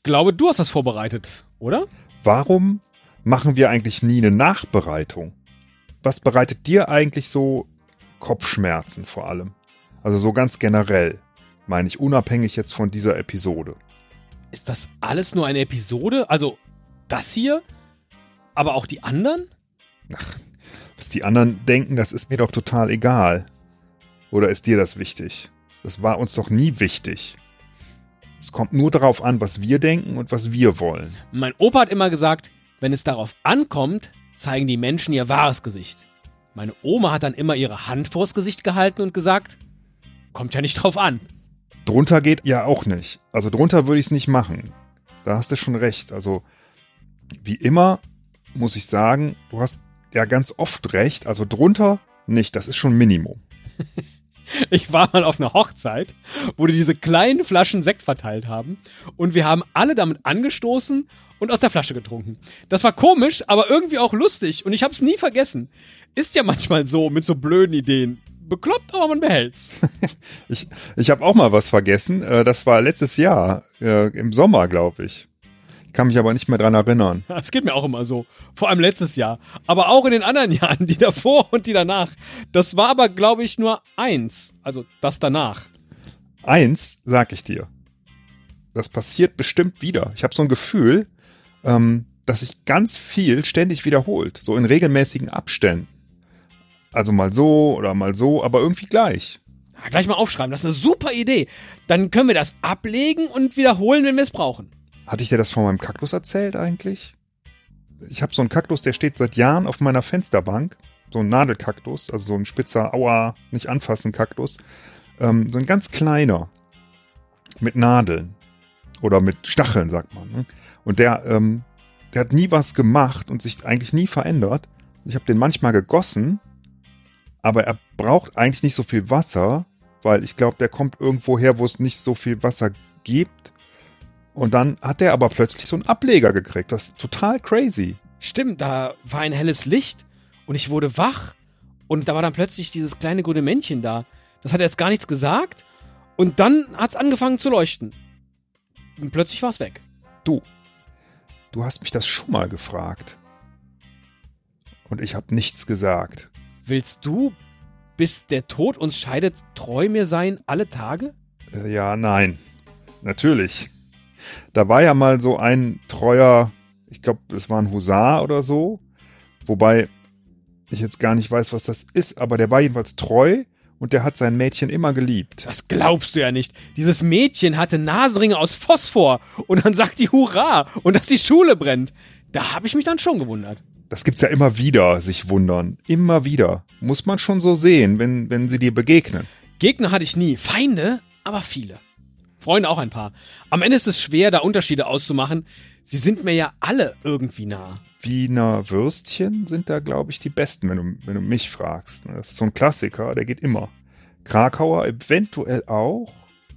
glaube, du hast das vorbereitet, oder? Warum machen wir eigentlich nie eine Nachbereitung? Was bereitet dir eigentlich so Kopfschmerzen vor allem? Also so ganz generell, meine ich, unabhängig jetzt von dieser Episode. Ist das alles nur eine Episode? Also das hier? Aber auch die anderen? Ach, was die anderen denken, das ist mir doch total egal. Oder ist dir das wichtig? Das war uns doch nie wichtig. Es kommt nur darauf an, was wir denken und was wir wollen. Mein Opa hat immer gesagt, wenn es darauf ankommt, zeigen die Menschen ihr wahres Gesicht. Meine Oma hat dann immer ihre Hand vors Gesicht gehalten und gesagt, kommt ja nicht drauf an. Drunter geht ja auch nicht. Also drunter würde ich es nicht machen. Da hast du schon recht. Also wie immer muss ich sagen, du hast ja ganz oft recht. Also drunter nicht. Das ist schon Minimum. Ich war mal auf einer Hochzeit, wo die diese kleinen Flaschen Sekt verteilt haben und wir haben alle damit angestoßen und aus der Flasche getrunken. Das war komisch, aber irgendwie auch lustig und ich hab's nie vergessen. Ist ja manchmal so mit so blöden Ideen. Bekloppt, aber man behält's. Ich habe auch mal was vergessen. Das war letztes Jahr, im Sommer, glaube ich. Ich kann mich aber nicht mehr dran erinnern. Das geht mir auch immer so. Vor allem letztes Jahr. Aber auch in den anderen Jahren, die davor und die danach. Das war aber, glaube ich, nur eins. Also das danach. Eins, sag ich dir. Das passiert bestimmt wieder. Ich habe so ein Gefühl, dass sich ganz viel ständig wiederholt. So in regelmäßigen Abständen. Also mal so oder mal so, aber irgendwie gleich. Ja, gleich mal aufschreiben, das ist eine super Idee. Dann können wir das ablegen und wiederholen, wenn wir es brauchen. Hatte ich dir das von meinem Kaktus erzählt eigentlich? Ich habe so einen Kaktus, der steht seit Jahren auf meiner Fensterbank. So ein Nadelkaktus, also so ein spitzer, aua, nicht anfassen Kaktus. So ein ganz kleiner. Mit Nadeln. Oder mit Stacheln, sagt man. Ne? Und der hat nie was gemacht und sich eigentlich nie verändert. Ich habe den manchmal gegossen, aber er braucht eigentlich nicht so viel Wasser, weil ich glaube, der kommt irgendwo her, wo es nicht so viel Wasser gibt. Und dann hat der aber plötzlich so einen Ableger gekriegt. Das ist total crazy. Stimmt, da war ein helles Licht und ich wurde wach und da war dann plötzlich dieses kleine grüne Männchen da. Das hat erst gar nichts gesagt und dann hat's angefangen zu leuchten. Und plötzlich war's weg. Du hast mich das schon mal gefragt. Und ich habe nichts gesagt. Willst du, bis der Tod uns scheidet, treu mir sein alle Tage? Ja, nein. Natürlich. Da war ja mal so ein treuer, ich glaube, es war ein Husar oder so. Wobei ich jetzt gar nicht weiß, was das ist, aber der war jedenfalls treu und der hat sein Mädchen immer geliebt. Das glaubst du ja nicht. Dieses Mädchen hatte Nasenringe aus Phosphor und dann sagt die Hurra und dass die Schule brennt. Da habe ich mich dann schon gewundert. Das gibt's ja immer wieder, sich wundern. Immer wieder. Muss man schon so sehen, wenn sie dir begegnen. Gegner hatte ich nie. Feinde, aber viele. Freunde auch ein paar. Am Ende ist es schwer, da Unterschiede auszumachen. Sie sind mir ja alle irgendwie nah. Wiener Würstchen sind da, glaube ich, die besten, wenn du mich fragst. Das ist so ein Klassiker, der geht immer. Krakauer eventuell auch.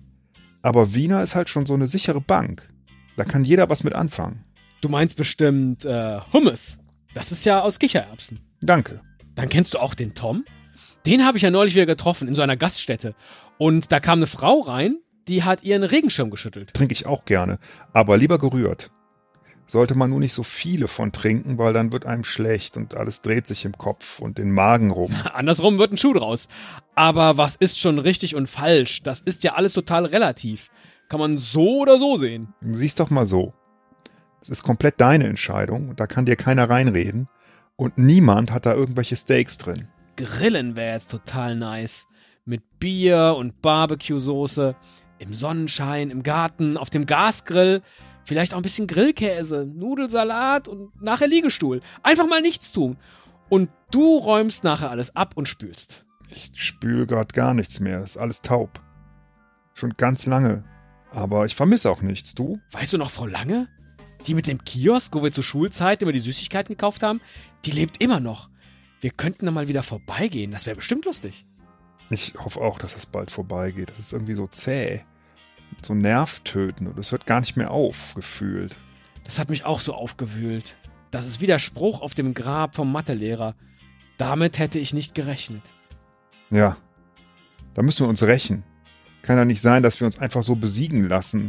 Aber Wiener ist halt schon so eine sichere Bank. Da kann jeder was mit anfangen. Du meinst bestimmt Hummus. Das ist ja aus Kichererbsen. Danke. Dann kennst du auch den Tom? Den habe ich ja neulich wieder getroffen in so einer Gaststätte. Und da kam eine Frau rein, die hat ihren Regenschirm geschüttelt. Trinke ich auch gerne, aber lieber gerührt. Sollte man nur nicht so viele von trinken, weil dann wird einem schlecht und alles dreht sich im Kopf und den Magen rum. Andersrum wird ein Schuh draus. Aber was ist schon richtig und falsch? Das ist ja alles total relativ. Kann man so oder so sehen. Siehst doch mal so. Es ist komplett deine Entscheidung und da kann dir keiner reinreden. Und niemand hat da irgendwelche Steaks drin. Grillen wäre jetzt total nice. Mit Bier und Barbecue-Soße. Im Sonnenschein, im Garten, auf dem Gasgrill. Vielleicht auch ein bisschen Grillkäse, Nudelsalat und nachher Liegestuhl. Einfach mal nichts tun. Und du räumst nachher alles ab und spülst. Ich spüle gerade gar nichts mehr. Das ist alles taub. Schon ganz lange. Aber ich vermisse auch nichts. Du? Weißt du noch Frau Lange? Die mit dem Kiosk, wo wir zur Schulzeit immer die Süßigkeiten gekauft haben, die lebt immer noch. Wir könnten da mal wieder vorbeigehen. Das wäre bestimmt lustig. Ich hoffe auch, dass das bald vorbeigeht. Das ist irgendwie so zäh. So nervtötend und es hört gar nicht mehr auf, gefühlt. Das hat mich auch so aufgewühlt. Das ist wie der Spruch auf dem Grab vom Mathelehrer. Damit hätte ich nicht gerechnet. Ja, da müssen wir uns rächen. Kann ja nicht sein, dass wir uns einfach so besiegen lassen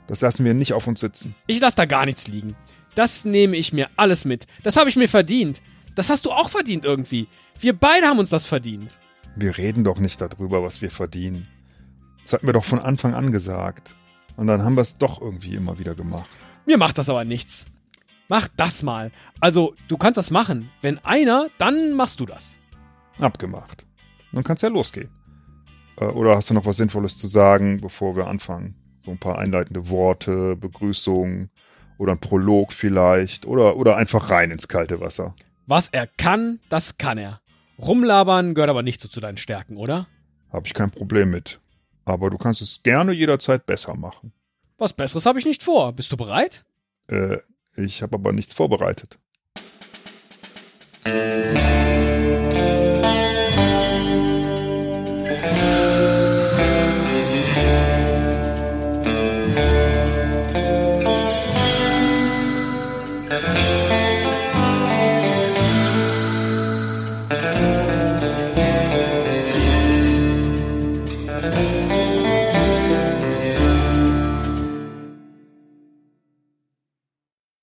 Das lassen wir nicht auf uns sitzen. Ich lasse da gar nichts liegen. Das nehme ich mir alles mit. Das habe ich mir verdient. Das hast du auch verdient irgendwie. Wir beide haben uns das verdient. Wir reden doch nicht darüber, was wir verdienen. Das hatten wir doch von Anfang an gesagt. Und dann haben wir es doch irgendwie immer wieder gemacht. Mir macht das aber nichts. Mach das mal. Also, du kannst das machen. Wenn einer, dann machst du das. Abgemacht. Dann kann's ja losgehen. Oder hast du noch was Sinnvolles zu sagen, bevor wir anfangen? So ein paar einleitende Worte, Begrüßungen oder ein Prolog vielleicht. Oder einfach rein ins kalte Wasser. Was er kann, das kann er. Rumlabern gehört aber nicht so zu deinen Stärken, oder? Habe ich kein Problem mit. Aber du kannst es gerne jederzeit besser machen. Was Besseres habe ich nicht vor. Bist du bereit? Ich habe aber nichts vorbereitet.